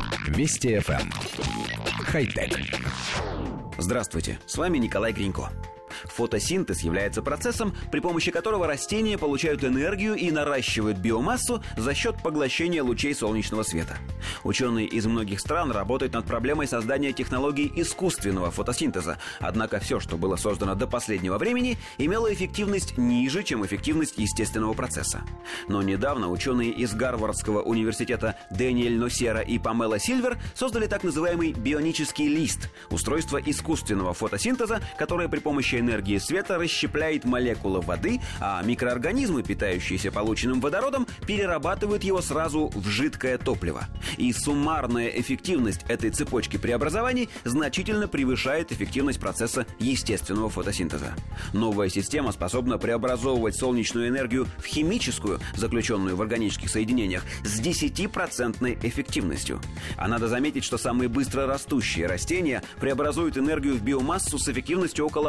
Вести ФМ. Хай-тек. Здравствуйте, с вами Николай Гринько. Фотосинтез является процессом, при помощи которого растения получают энергию и наращивают биомассу за счет поглощения лучей солнечного света. Ученые из многих стран работают над проблемой создания технологий искусственного фотосинтеза, однако все, что было создано до последнего времени, имело эффективность ниже, чем эффективность естественного процесса. Но недавно ученые из Гарвардского университета Дэниэль Носера и Памела Сильвер создали так называемый бионический лист – устройство искусственного фотосинтеза, которое при помощи энергии света расщепляет молекулы воды, а микроорганизмы, питающиеся полученным водородом, перерабатывают его сразу в жидкое топливо. И суммарная эффективность этой цепочки преобразований значительно превышает эффективность процесса естественного фотосинтеза. Новая система способна преобразовывать солнечную энергию в химическую, заключенную в органических соединениях, с 10% эффективностью. А надо заметить, что самые быстро растущие растения преобразуют энергию в биомассу с эффективностью около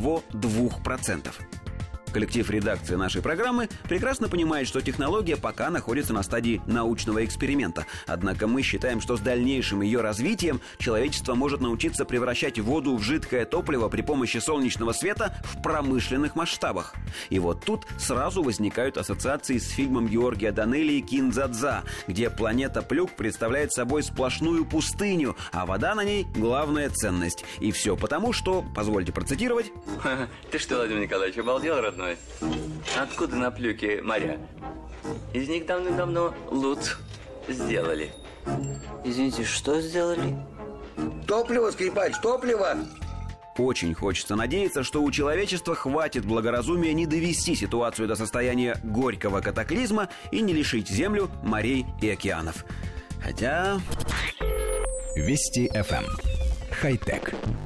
1-2%. Коллектив редакции нашей программы прекрасно понимает, что технология пока находится на стадии научного эксперимента. Однако мы считаем, что с дальнейшим ее развитием человечество может научиться превращать воду в жидкое топливо при помощи солнечного света в промышленных масштабах. И вот тут сразу возникают ассоциации с фильмом Георгия Данелии «Кин-дза-дза», где планета Плюк представляет собой сплошную пустыню, а вода на ней – главная ценность. И все потому, что, позвольте процитировать... Ты что, Владимир Николаевич, обалдел, родной? Откуда на Плюке моря? Из них давным-давно лут сделали. Извините, что сделали? Топливо, скрипач, топливо! Очень хочется надеяться, что у человечества хватит благоразумия не довести ситуацию до состояния горького катаклизма и не лишить Землю морей и океанов. Хотя... Вести ФМ. Хай-тек.